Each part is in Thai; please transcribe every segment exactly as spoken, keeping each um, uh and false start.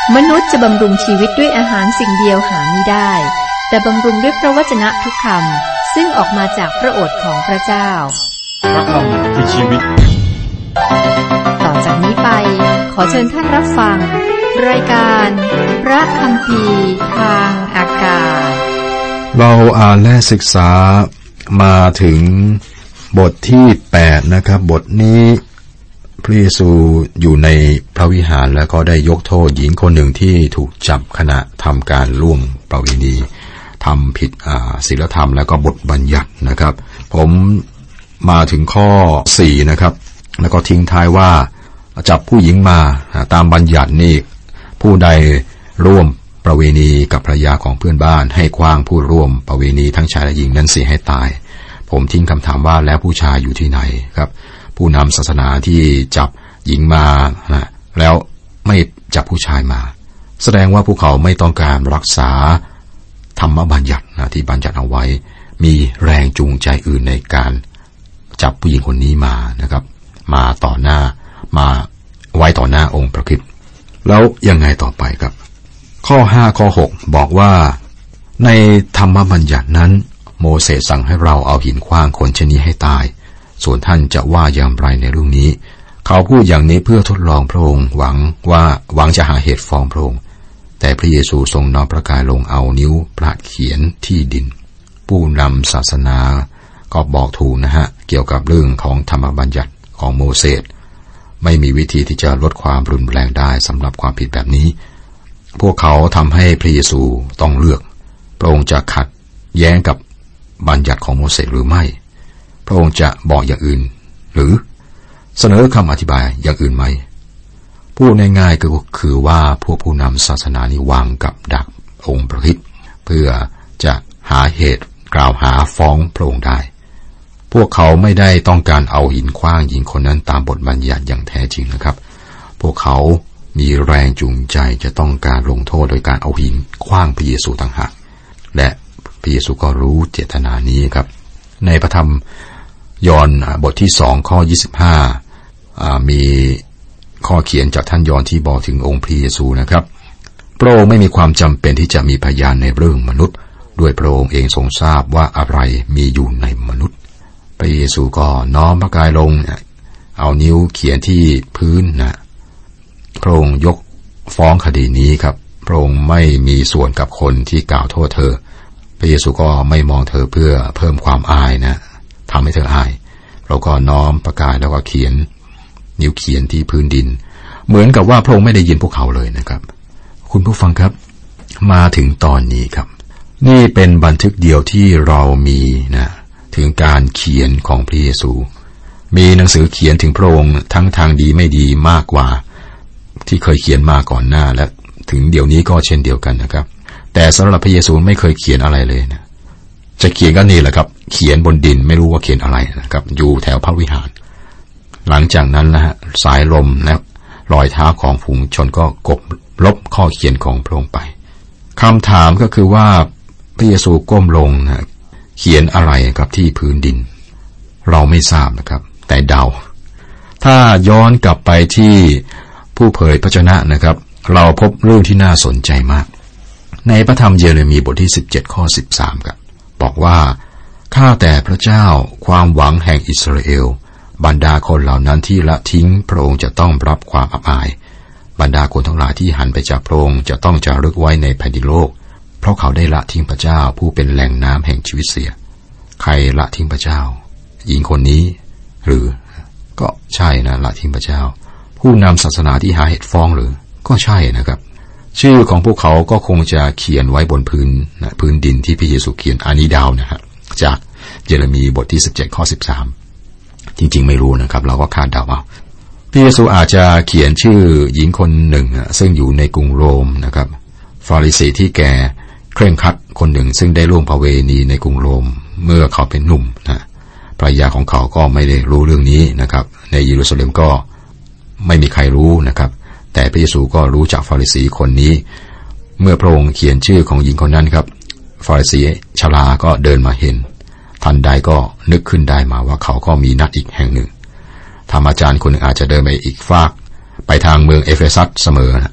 มนุษย์จะบำรุงชีวิตด้วยอาหารสิ่งเดียวหาไม่ได้แต่บำรุงด้วยพระวจนะทุกคำซึ่งออกมาจากพระโอษฐ์ของพระเจ้าพระคำคือชีวิตต่อจากนี้ไปขอเชิญท่านรับฟังรายการพระคัมภีร์ทางอากาศเราอ่านและศึกษามาถึงบทที่แปดนะครับบทนี้พระเยซูอยู่ในพระวิหารแล้วก็ได้ยกโทษหญิงคนหนึ่งที่ถูกจับขณะทำการล่วงประเวณีทำผิดศีลธรรมแล้วก็บทบัญญัตินะครับผมมาถึงข้อสี่นะครับแล้วก็ทิ้งท้ายว่าจับผู้หญิงมาตามบัญญัตินี่ผู้ใดร่วมประเวณีกับภรรยาของเพื่อนบ้านให้ขว้างผู้ร่วมประเวณีทั้งชายและหญิงนั้นเสียให้ตายผมทิ้งคำถามว่าแล้วผู้ชายอยู่ที่ไหนครับผู้นำศาสนาที่จับหญิงมานะแล้วไม่จับผู้ชายมาแสดงว่าพวกเขาไม่ต้องการรักษาธรรมบัญญัตินะที่บัญญัติเอาไว้มีแรงจูงใจอื่นในการจับผู้หญิงคนนี้มานะครับมาต่อหน้ามาไว้ต่อหน้าองค์พระคริสต์แล้วยังไงต่อไปครับข้อห้าข้อหกบอกว่าในธรรมบัญญัตินั้นโมเสสสั่งให้เราเอาหินขว้างคนชนีให้ตายส่วนท่านจะว่าอย่างไรในเรื่องนี้เขาพูดอย่างนี้เพื่อทดลองพระองค์หวังว่าหวังจะหาเหตุฟ้องพระองค์แต่พระเยซูทรงน้อมพระกายลงเอานิ้วประเขียนที่ดินผู้นำศาสนาก็บอกถูกนะฮะเกี่ยวกับเรื่องของธรรมบัญญัติของโมเสสไม่มีวิธีที่จะลดความรุนแรงได้สำหรับความผิดแบบนี้พวกเขาทำให้พระเยซูต้องเลือกพระองค์จะขัดแย้งกับบัญญัติของโมเสสหรือไม่พระองค์จะบอกอย่างอื่นหรือเสนอคำอธิบายอย่างอื่นไหมพูดง่ายๆก็คือว่าพวกผู้นำศาสนานี้วางกับดักองค์พระคริสต์เพื่อจะหาเหตุกล่าวหาฟ้องพระองค์ได้พวกเขาไม่ได้ต้องการเอาหินขว้างหญิงคนนั้นตามบทบัญญัติอย่างแท้จริงนะครับพวกเขามีแรงจูงใจจะต้องการลงโทษโดยการเอาหินขว้างพระเยซูต่างหากและพระเยซูก็รู้เจตนานี้ครับในพระธรรมยอห์นบทที่สองข้อยี่สิบห้ามีข้อเขียนจากท่านยอห์นที่บอกถึงองค์พระเยซูนะครับพระองค์ไม่มีความจำเป็นที่จะมีพยานในเรื่องมนุษย์ด้วยพระองค์เองทรงทราบว่าอะไรมีอยู่ในมนุษย์พระเยซูก็น้อมพระกายลงเอานิ้วเขียนที่พื้นนะพระองค์ยกฟ้องคดีนี้ครับพระองค์ไม่มีส่วนกับคนที่กล่าวโทษเธอพระเยซูก็ไม่มองเธอเพื่อเพิ่มความอายนะทำให้เธออายเราก็น้อมพระกายแล้วก็เขียนนิ้วเขียนที่พื้นดินเหมือนกับว่าพระองค์ไม่ได้ยินพวกเขาเลยนะครับคุณผู้ฟังครับมาถึงตอนนี้ครับนี่เป็นบันทึกเดียวที่เรามีนะถึงการเขียนของพระเยซูมีหนังสือเขียนถึงพระองค์ทั้งทางดีไม่ดีมากกว่าที่เคยเขียนมาก่อนหน้าและถึงเดี๋ยวนี้ก็เช่นเดียวกันนะครับแต่สำหรับพระเยซูไม่เคยเขียนอะไรเลยนะจะเขียนก็นี่แหละครับเขียนบนดินไม่รู้ว่าเขียนอะไรนะครับอยู่แถวพระวิหารหลังจากนั้นนะฮะสายลมและรอยเท้าของฝูงชนก็กบลบข้อเขียนของพระองค์ไปคำถามก็คือว่าพระเยซูก้มลงนะเขียนอะไรกับที่พื้นดินเราไม่ทราบนะครับแต่เดาถ้าย้อนกลับไปที่ผู้เผยพระชนะนะครับเราพบเรื่องที่น่าสนใจมากในพระธรรมเยเรมีบทที่สิบเจ็ดข้อสิบสามครับบอกว่าข้าแต่พระเจ้าความหวังแห่งอิสราเอลบรรดาคนเหล่านั้นที่ละทิ้งพระองค์จะต้องรับความอับอายบรรดาคนทั้งหลายที่หันไปจากพระองค์จะต้องจารึกไว้ในแผ่นดินโลกเพราะเขาได้ละทิ้งพระเจ้าผู้เป็นแหล่งน้ำแห่งชีวิตเสียใครละทิ้งพระเจ้าหญิงคนนี้หรือก็ใช่นะละทิ้งพระเจ้าผู้นำศาสนาที่หาเหตุฟ้องหรือก็ใช่นะครับชื่อของพวกเขาก็คงจะเขียนไว้บนพื้นนะพื้นดินที่พระเยซูเขียนอานิดาวนะฮะจากเยเรมีบทที่สิบเจ็ดข้อสิบสามจริงๆไม่รู้นะครับเราก็คาดเดาเอาพระเยซูอาจจะเขียนชื่อหญิงคนหนึ่งซึ่งอยู่ในกรุงโรมนะครับฟาริสีที่แก่เคร่งครัดคนหนึ่งซึ่งได้ร่วมประเวณีในกรุงโรมเมื่อเขาเป็นหนุ่มนะภรรยาของเขาก็ไม่ได้รู้เรื่องนี้นะครับในเยรูซาเล็มก็ไม่มีใครรู้นะครับแต่พระเยซูก็รู้จากฟาริสีคนนี้เมื่อพระองค์เขียนชื่อของหญิงคนนั้นครับฟาริสีชราก็เดินมาเห็นทันใดก็นึกขึ้นได้มาว่าเขาก็มีนัดอีกแห่งหนึ่งธรรมอาจารย์คนหนึ่งอาจจะเดินไปอีกฟากไปทางเมืองเอเฟซัสเสมอนะ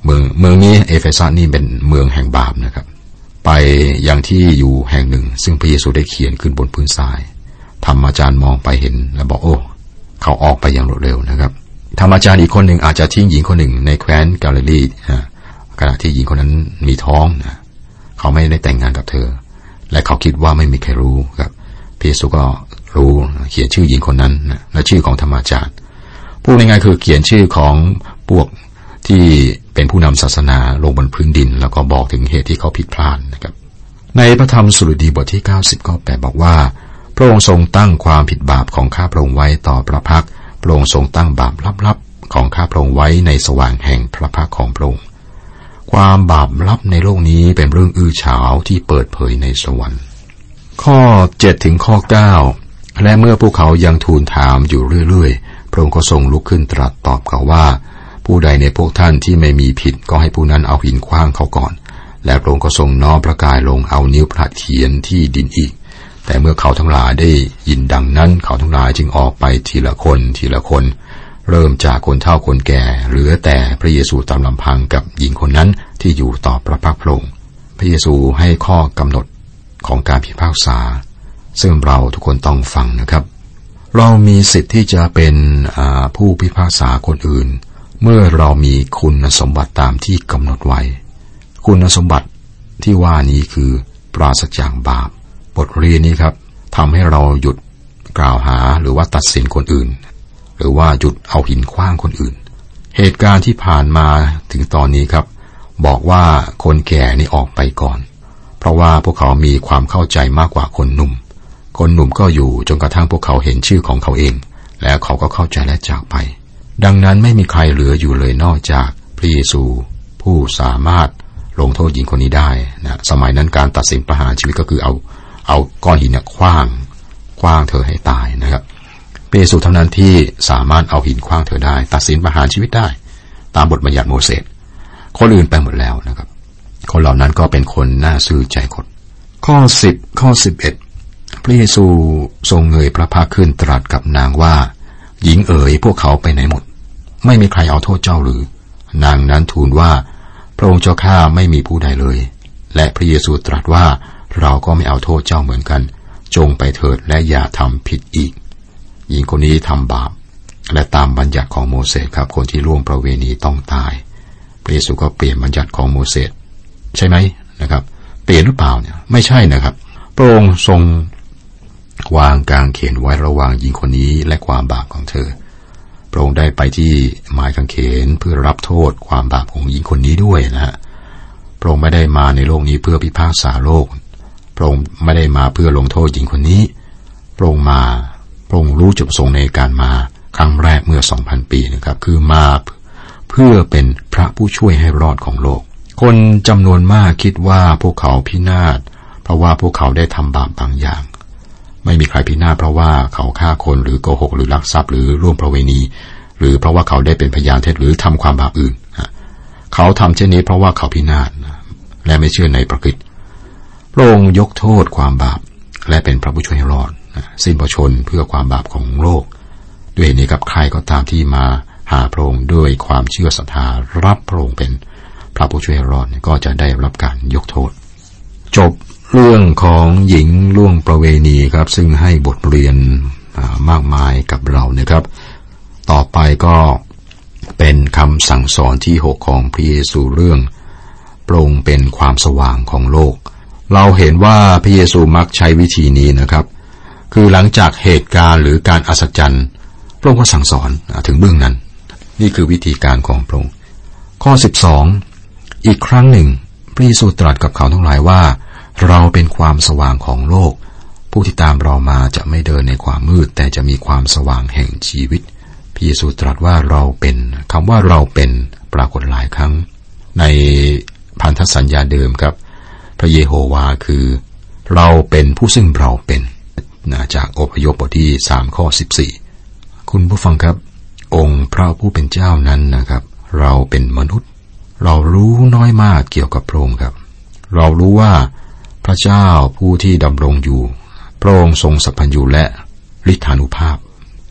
เมืองเมืองนี้เอเฟซัสนี่เป็นเมืองแห่งบาปนะครับไปยังที่อยู่แห่งหนึ่งซึ่งพระเยซูได้เขียนขึ้นบนพื้นทรายธรรมอาจารย์มองไปเห็นแล้วบอกโอ้เขาออกไปอย่างรวดเร็วนะครับธรรมอาจารย์อีกคนหนึ่งอาจจะทิ้งหญิงคนหนึ่งในแคว้นกาลิลีขณะที่หญิงคนนั้นมีท้องนะเขาไม่ได้แต่งงานกับเธอและเขาคิดว่าไม่มีใครรู้ครับพระเยซูก็รู้เขียนชื่อหญิงคนนั้นนะและชื่อของธรรมอาจารย์พูดง่ายๆคือเขียนชื่อของพวกที่เป็นผู้นำศาสนาลงบนพื้นดินแล้วก็บอกถึงเหตุที่เขาผิดพลาดนะครับในพระธรรมสดุดีบทที่เก้าสิบข้อแปดบอกว่าพระองค์ทรงตั้งความผิดบาปของข้าพระองค์ไว้ต่อพระพักพระองค์ทรงตั้งบาปลับๆของข้าพระองค์ไว้ในสว่างแห่งพระพักของพระองค์ความบาปลับในโลกนี้เป็นเรื่องอื้อฉาวที่เปิดเผยในสวรรค์ข้อเจ็ดถึงข้อเก้าและเมื่อพวกเขายังทูลถามอยู่เรื่อยๆพระองค์ก็ทรงลุกขึ้นตรัสตอบเขาว่าผู้ใดในพวกท่านที่ไม่มีผิดก็ให้ผู้นั้นเอาหินขว้างเขาก่อนและพระองค์ก็ทรงน้อมพระกายลงเอานิ้วพระเขียนที่ดินอีกแต่เมื่อเขาทั้งหลายได้ยินดังนั้นเขาทั้งหลายจึงออกไปทีละคนทีละคนเริ่มจากคนเฒ่าคนแก่เหลือแต่พระเยซูตามลำพังกับหญิงคนนั้นที่อยู่ต่อพระพักพระองค์พระเยซูให้ข้อกำหนดของการพิพากษาซึ่งเราทุกคนต้องฟังนะครับเรามีสิทธิ์ที่จะเป็นผู้พิพากษาคนอื่นเมื่อเรามีคุณสมบัติตามที่กำหนดไว้คุณสมบัติที่ว่านี้คือปราศจากบาปบทเรียนนี้ครับทำให้เราหยุดกล่าวหาหรือว่าตัดสินคนอื่นหรือว่าหยุดเอาหินขว้างคนอื่นเหตุการณ์ที่ผ่านมาถึงตอนนี้ครับบอกว่าคนแก่นี่ออกไปก่อนเพราะว่าพวกเขามีความเข้าใจมากกว่าคนหนุ่มคนหนุ่มก็อยู่จนกระทั่งพวกเขาเห็นชื่อของเขาเองแล้วเขาก็เข้าใจและจากไปดังนั้นไม่มีใครเหลืออยู่เลยนอกจากพระเยซูผู้สามารถลงโทษหญิงคนนี้ได้นะสมัยนั้นการตัดสินประหารชีวิตก็คือเอาเอาก้อนหินเนี่ยขว้างขว้างเธอให้ตายนะครับพระเยซูเท่านั้นที่สามารถเอาหินขว้างเธอได้ตัดสินประหารชีวิตได้ตามบทบัญญัติโมเสสคนอื่นไปหมดแล้วนะครับคนเหล่านั้นก็เป็นคนน่าซื่อใจคดข้อสิบข้อสิบเอ็ดพระเยซูทรงเงยพระพักขึ้นตรัสกับนางว่าหญิงเอ๋ยพวกเขาไปไหนหมดไม่มีใครเอาโทษเจ้าหรือนางนั้นทูลว่าพระองค์เจ้าข้าไม่มีผู้ใดเลยและพระเยซูตรัสว่าเราก็ไม่เอาโทษเจ้าเหมือนกันจงไปเถิดและอย่าทำผิดอีกหญิงคนนี้ทำบาปและตามบัญญัติของโมเสสครับคนที่ล่วงประเวณีต้องตายพระเยซูก็เปลี่ยนบัญญัติของโมเสสใช่ไหมนะครับเปลี่ยนหรือเปล่าเนี่ยไม่ใช่นะครับพระองค์ทรงวางกางเขนไว้ระหว่างหญิงคนนี้และความบาปของเธอพระองค์ได้ไปที่ไม้กางเขนเพื่อรับโทษความบาปของหญิงคนนี้ด้วยนะฮะพระองค์ไม่ได้มาในโลกนี้เพื่อพิพากษาโลกพระองค์ไม่ได้มาเพื่อลงโทษหญิงคนนี้พระองค์มาพระองค์รู้จุดประสงค์ในการมาครั้งแรกเมื่อ สองพัน ปีนะครับคือมาเพื่อเป็นพระผู้ช่วยให้รอดของโลกคนจำนวนมากคิดว่าพวกเขาพินาศเพราะว่าพวกเขาได้ทำบาปบางอย่างไม่มีใครพินาศเพราะว่าเขาฆ่าคนหรือโกหกหรือลักทรัพย์หรือร่วมประเวณีหรือเพราะว่าเขาได้เป็นพยานเท็จหรือทำความบาปอื่นเขาทำเช่นนี้เพราะว่าเขาพินาศและไม่เชื่อในพระคริสต์พระองค์ยกโทษความบาปและเป็นพระผู้ช่วยให้รอดสิ้นพระชนเพื่อความบาปของโลกด้วยเหตุนี้กับใครก็ตามที่มาหาพระองค์ด้วยความเชื่อศรัทธารับพระองค์เป็นพระผู้ช่วยให้รอดก็จะได้รับการยกโทษจบเรื่องของหญิงล่วงประเวณีครับซึ่งให้บทเรียนมากมายกับเรานะครับต่อไปก็เป็นคำสั่งสอนที่หกของพระเยซูเรื่องพระองค์เป็นความสว่างของโลกเราเห็นว่าพระเยซูมักใช้วิธีนี้นะครับคือหลังจากเหตุการณ์หรือการอัศจรรย์พระองค์ก็สั่งสอนถึงเบื้องนั้นนี่คือวิธีการของพระองค์ข้อสิบสองอีกครั้งหนึ่งพระเยซูตรัสกับเขาทั้งหลายว่าเราเป็นความสว่างของโลกผู้ที่ตามเรามาจะไม่เดินในความมืดแต่จะมีความสว่างแห่งชีวิตพระเยซูตรัสว่าเราเป็นคำว่าเราเป็นปรากฏหลายครั้งในพันธสัญญาเดิมครับพระเยโฮวาคือเราเป็นผู้ซึ่งเราเป็นจากอพยพบทที่สามข้อสิบสี่คุณผู้ฟังครับองค์พระผู้เป็นเจ้านั้นนะครับเราเป็นมนุษย์เรารู้น้อยมากเกี่ยวกับพระองค์ครับเรารู้ว่าพระเจ้าผู้ที่ดำรงอยู่พระองค์ทรงสัพพัญญูและฤทธานุภาพ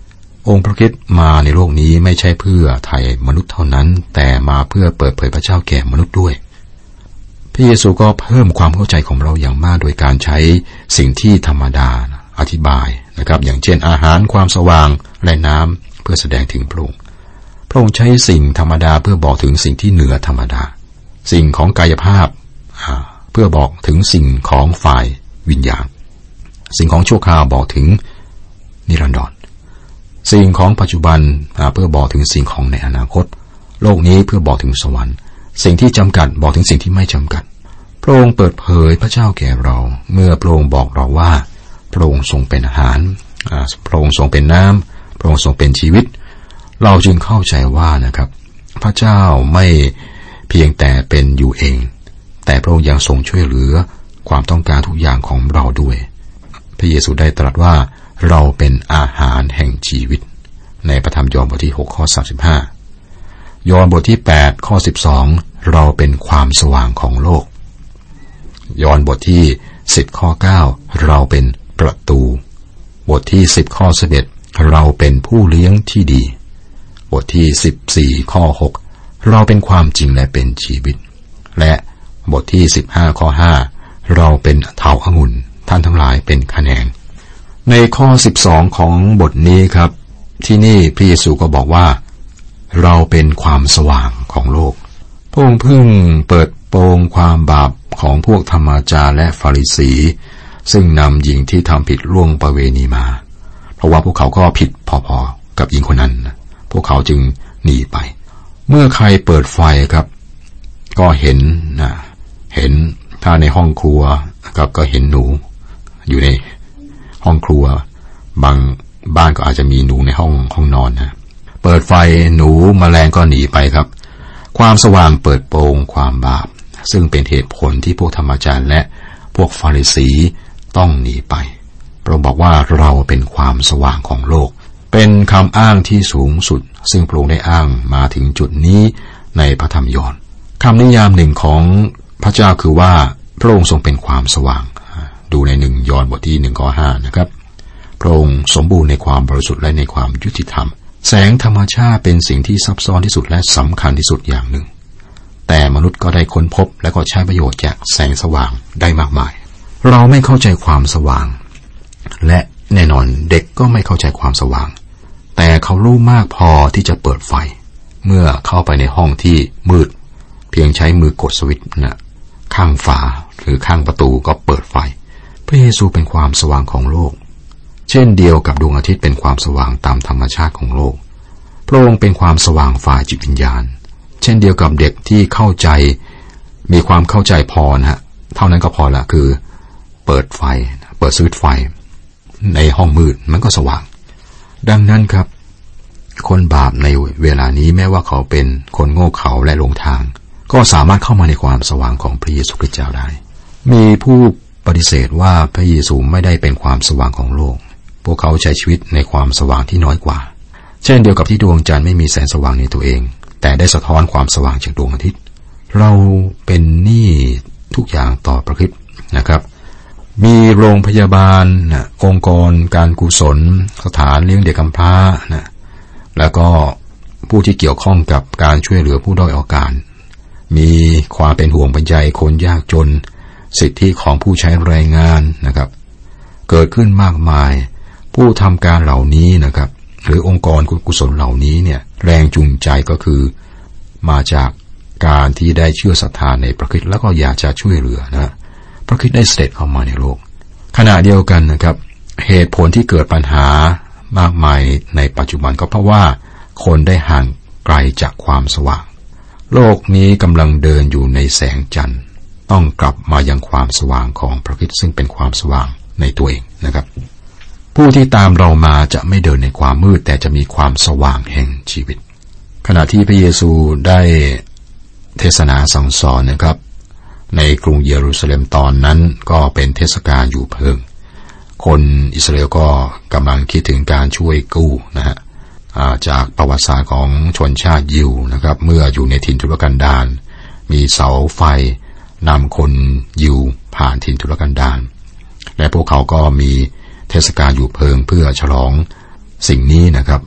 องค์พระคริสต์มาในโลกนี้ไม่ใช่เพื่อไถ่มนุษย์เท่านั้นแต่มาเพื่อเปิดเผยพระเจ้าแก่มนุษย์ด้วยพระเยซูก็เพิ่มความเข้าใจของเราอย่างมากโดยการใช้สิ่งที่ธรรมดาอธิบายนะครับอย่างเช่นอาหารความสว่างและน้ำเพื่อแสดงถึงพระองค์พระองค์ใช้สิ่งธรรมดาเพื่อบอกถึงสิ่งที่เหนือธรรมดาสิ่งของกายภาพเพื่อบอกถึงสิ่งของฝ่ายวิญญาณสิ่งของชั่วคราวบอกถึงนิรันดรสิ่งของปัจจุบันเพื่อบอกถึงสิ่งของในอนาคตโลกนี้เพื่อบอกถึงสวรรค์สิ่งที่จำกัดบอกถึงสิ่งที่ไม่จำกัดพระองค์เปิดเผยพระเจ้าแก่เราเมื่อพระองค์บอกเราว่าพระองค์ทรงเป็นอาหารพระองค์ทรงเป็นน้ำพระองค์ทรงเป็นชีวิตเราจึงเข้าใจว่านะครับพระเจ้าไม่เพียงแต่เป็นอยู่เองแต่พระองค์ยังทรงช่วยเหลือความต้องการทุกอย่างของเราด้วยพระเยซูได้ตรัสว่าเราเป็นอาหารแห่งชีวิตในพระธรรมยอห์นบทที่หกข้อสามสิบห้ายอห์นบทที่แปดข้อสิบสองเราเป็นความสว่างของโลกยอห์นบทที่สิบข้อเก้าเราเป็นประตูบทที่สิบข้อสิบเอ็ดเราเป็นผู้เลี้ยงที่ดีบทที่สิบสี่ข้อหกเราเป็นความจริงและเป็นชีวิตและบทที่สิบห้าข้อห้าเราเป็นเถาองุ่นท่านทั้งหลายเป็นขแขนงในข้อสิบสองของบทนี้ครับที่นี่พระเยซูก็บอกว่าเราเป็นความสว่างของโลกพระองค์เพิ่งเปิดโปงความบาปของพวกธรรมาจารย์และฟาริสีซึ่งนำหญิงที่ทำผิดล่วงประเวณีมาเพราะว่าพวกเขาก็ผิดพอๆกับหญิงคนนั้นพวกเขาจึงหนีไปเมื่อใครเปิดไฟครับก็เห็นนะเห็นถ้าในห้องครัวครับก็เห็นหนูอยู่ในห้องครัวบางบ้านก็อาจจะมีหนูในห้องห้องนอนนะเปิดไฟหนูแมลงก็หนีไปครับความสว่างเปิดโปงความบาปซึ่งเป็นเหตุผลที่พวกธรรมจารย์และพวกฟาริสีต้องหนีไปพระองค์บอกว่าเราเป็นความสว่างของโลกเป็นคำอ้างที่สูงสุดซึ่งพระองค์ได้อ้างมาถึงจุดนี้ในพระธรรมยอห์นคำนิยามหนึ่งของพระเจ้าคือว่าพระองค์ทรงเป็นความสว่างดูในหนึ่งยอห์นบทที่หนึ่งข้อห้านะครับพระองค์สมบูรณ์ในความบริสุทธิ์และในความยุติธรรมแสงธรรมชาติเป็นสิ่งที่ซับซ้อนที่สุดและสำคัญที่สุดอย่างหนึ่งแต่มนุษย์ก็ได้ค้นพบและก็ใช้ประโยชน์จากแสงสว่างได้มากมายเราไม่เข้าใจความสว่างและแน่นอนเด็กก็ไม่เข้าใจความสว่างแต่เขารู้มากพอที่จะเปิดไฟเมื่อเข้าไปในห้องที่มืดเพียงใช้มือกดสวิตช์นะข้างฝาหรือข้างประตูก็เปิดไฟพระเยซูเป็นความสว่างของโลกเช่นเดียวกับดวงอาทิตย์เป็นความสว่างตามธรรมชาติของโลกพระองค์เป็นความสว่างฝ่ายจิตวิญญาณเช่นเดียวกับเด็กที่เข้าใจมีความเข้าใจพอนะฮะเท่านั้นก็พอละคือเปิดไฟเปิดสวิตช์ไฟในห้องมืดมันก็สว่างดังนั้นครับคนบาปในเวลานี้แม้ว่าเขาเป็นคนโง่เขลาและหลงทางก็สามารถเข้ามาในความสว่างของพระเยซูคริสต์เจ้าได้มีผู้ปฏิเสธว่าพระเยซูไม่ได้เป็นความสว่างของโลกพวกเขาใช้ชีวิตในความสว่างที่น้อยกว่าเช่นเดียวกับที่ดวงจันทร์ไม่มีแสงสว่างในตัวเองแต่ได้สะท้อนความสว่างจากดวงอาทิตย์เราเป็นหนี้ทุกอย่างต่อพระคริสต์นะครับมีโรงพยาบาลนะองค์กรการกุศลสถานเลี้ยงเด็กกำพร้านะแล้วก็ผู้ที่เกี่ยวข้องกับการช่วยเหลือผู้ด้อยโอกาสมีความเป็นห่วงเป็นใยคนยากจนสิทธิของผู้ใช้แรงงานนะครับเกิดขึ้นมากมายผู้ทำการเหล่านี้นะครับหรือองค์กรกุศลเหล่านี้เนี่ยแรงจูงใจก็คือมาจากการที่ได้เชื่อศรัทธาในพระคริสต์แล้วก็อยากจะช่วยเหลือนะพระคริสต์ได้เสด็จเข้ามาในโลกขณะเดียวกันนะครับเหตุผลที่เกิดปัญหามากมายในปัจจุบันก็เพราะว่าคนได้ห่างไกลจากความสว่างโลกนี้กำลังเดินอยู่ในแสงจันทร์ต้องกลับมายังความสว่างของพระคริสต์ซึ่งเป็นความสว่างในตัวเองนะครับผู้ที่ตามเรามาจะไม่เดินในความมืดแต่จะมีความสว่างแห่งชีวิตขณะที่พระเยซูได้เทศนาสั่งสอนนะครับในกรุงเยรูซาเล็มตอนนั้นก็เป็นเทศกาลอยู่เพิ่งคนอิสราเอลก็กำลังคิดถึงการช่วยกู้นะฮะจากประวัติศาสตร์ของชนชาติยิวนะครับเมื่ออยู่ในถิ่นทุรกันดารมีเสาไฟนำคนยิวผ่านถิ่นทุรกันดารและพวกเขาก็มีเทศกาลอยู่เพิ่งเพื่อฉลองสิ่งนี้นะครับ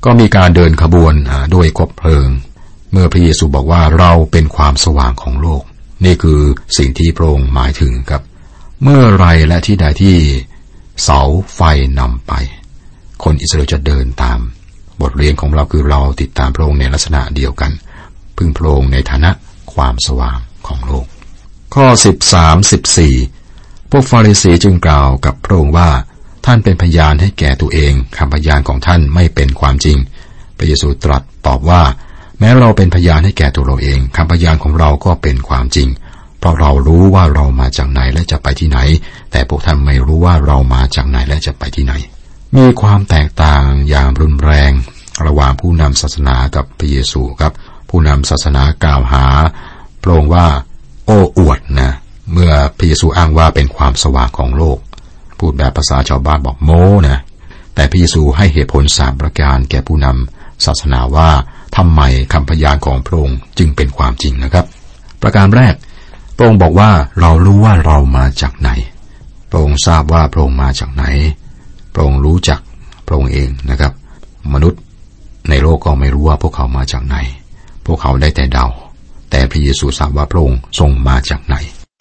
ก็มีการเดินขบวนด้วยคบเพลิงเมื่อพระเยซูบอกว่าเราเป็นความสว่างของโลกนี่คือสิ่งที่พระองค์หมายถึงครับเมื่อไรและที่ใดที่เสาไฟนำไปคนอิสราเอลจะเดินตามบทเรียนของเราคือเราติดตามพระองค์ในลักษณะเดียวกันพึ่งพระองค์ในฐานะความสว่างของโลกข้อสิบสาม สิบสี่พวกฟาริสีจึงกล่าวกับพระองค์ว่าท่านเป็นพยานให้แก่ตัวเองคำพยานของท่านไม่เป็นความจริงพระเยซูตรัสตอบว่าแม้เราเป็นพยานให้แก่ตัวเราเองคำพยานของเราก็เป็นความจริงเพราะเรารู้ว่าเรามาจากไหนและจะไปที่ไหนแต่พวกท่านไม่รู้ว่าเรามาจากไหนและจะไปที่ไหนมีความแตกต่างอย่างรุนแรงระหว่างผู้นำศาสนากับพระเยซูครับผู้นำศาสนากล่าวหาพระองค์ว่าโอ้อวดนะเมื่อพระเยซูอ้างว่าเป็นความสว่างของโลกพูดแบบภาษาชาวบ้านบอกโม้นะแต่พระเยซูให้เหตุผลสามประการแก่ผู้นำศาสนาว่าทำไมคำพยานของพระองค์จึงเป็นความจริงนะครับประการแรกพระองค์บอกว่าเรารู้ว่าเรามาจากไหนพระองค์ทราบว่าพระองค์มาจากไหนพระองค์รู้จักพระองค์เองนะครับมนุษย์ในโลกก็ไม่รู้ว่าพวกเขามาจากไหนพวกเขาได้แต่เดาแต่พระเยซูทราบว่าพระองค์ทรงมาจากไหน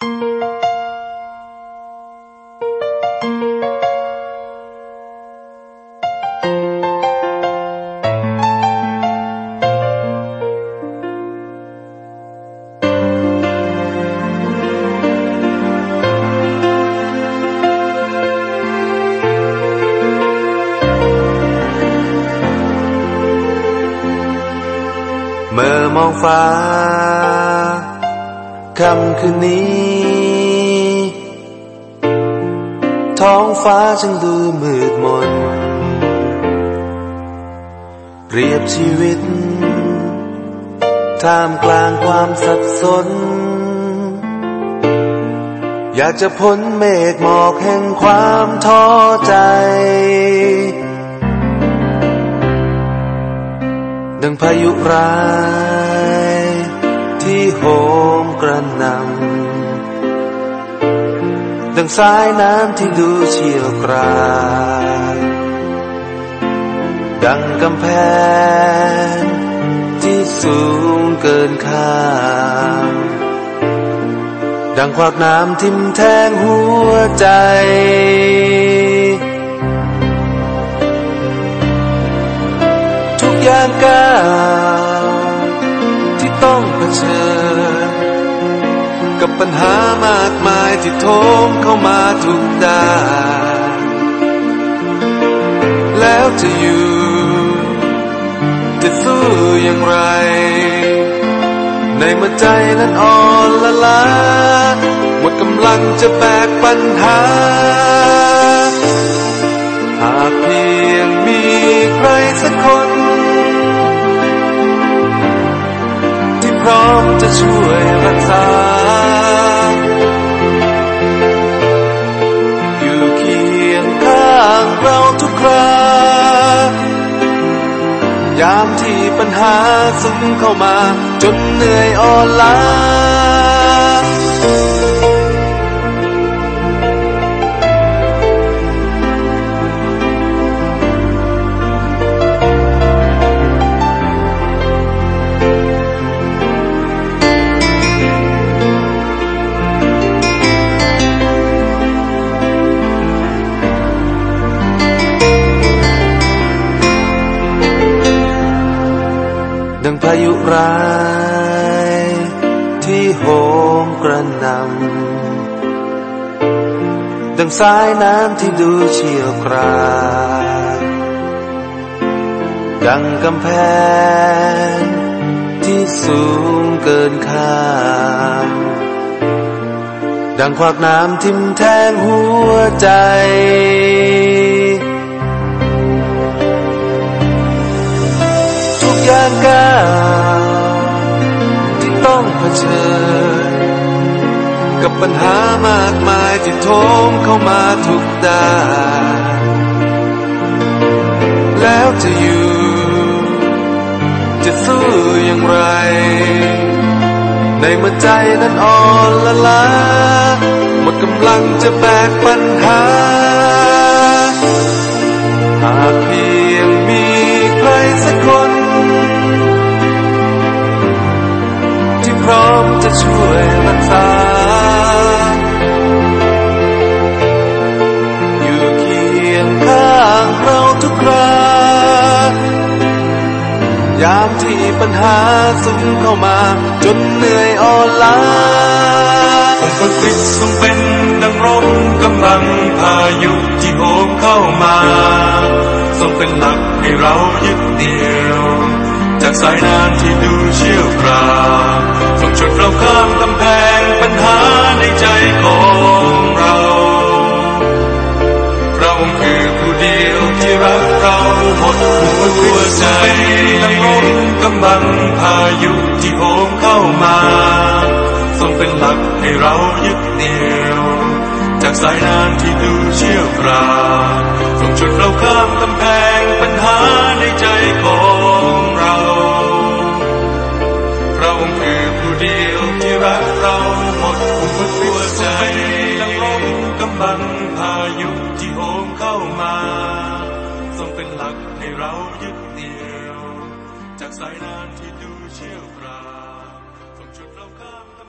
เมื่อมองฟ้าค่ำคืนนี้ท้องฟ้าจึงดูมืดมนเปรียบชีวิตท่ามกลางความสับสนอยากจะพ้นเมฆหมอกแห่งความท้อใจดังพายุร้ายที่โหมกระหน่ำดังสายน้ำที่ดูเชี่ยวกรากดังกำแพงที่สูงเกินคาดดังขวากน้ำทิ่มแทงหัวใจทุกอย่างก้าวที่ต้องเผชิญกับปัญหามากมายที่โถมเข้ามาทุกด้านแล้วจะอยู่จะสู้อย่างไรในเมื่อใจนั้นอ่อนละล้าหมดกำลังจะแบกปัญหาหากเพียงมีใครสักคนที่พร้อมจะช่วยรักษาอยู่เคียงข้างเราทุกครายามที่ปัญหาซึมเข้ามาจนเหนื่อยอ่อนล้าดังพายุร้ายที่โหมกระหน่ำดังสายน้ำที่ดูเชี่ยวกรากดังกำแพงที่สูงเกินคาดดังขวากน้ำทิ่มแทงหัวใจอย่างก้าวที่ต้องเผชิญกับปัญหามากมายที่โถมเข้ามาทุกด้านแล้วจะอยู่จะสู้อย่างไรในเมื่อใจนั้นอ่อนละล้าหมดกำลังจะแบกปัญหาหากเพียงมีใครช่วยรักษาอยู่เคียงข้างเราทุกครายามที่ปัญหาซุ่มเข้ามาจนเหนื่อยอ่อนล้าองค์พระคริสต์ทรงเป็นดังร่มกำบังพายุที่โหมเข้ามาทรงเป็นหลักให้เรายึดเหนี่ยวจากสายน้ำที่ดูเชี่ยวกรากทรงฉุดเราข้ามกำแพงปัญหาในใจของเราพระองค์คือผู้เดียวที่รักเราหมดหัวใจดังร่มกำบังพายุที่โหมเข้ามาทรงเป็นหลักให้เรายึดเหนี่ยวจากสายน้ำที่ดูเชี่ยวกรากทรงฉุดเราข้ามกำแพงปัญหาในใจของเราพระองค์คือผู้เดียวที่รักเราหมดหัวใจดังร่มกำบังพายุที่โหมเข้ามาทรงเป็นหลักให้เรายึดเหนี่ยวจากสายน้ำที่ดูเชี่ยวกรากทรงฉุดเราข้าม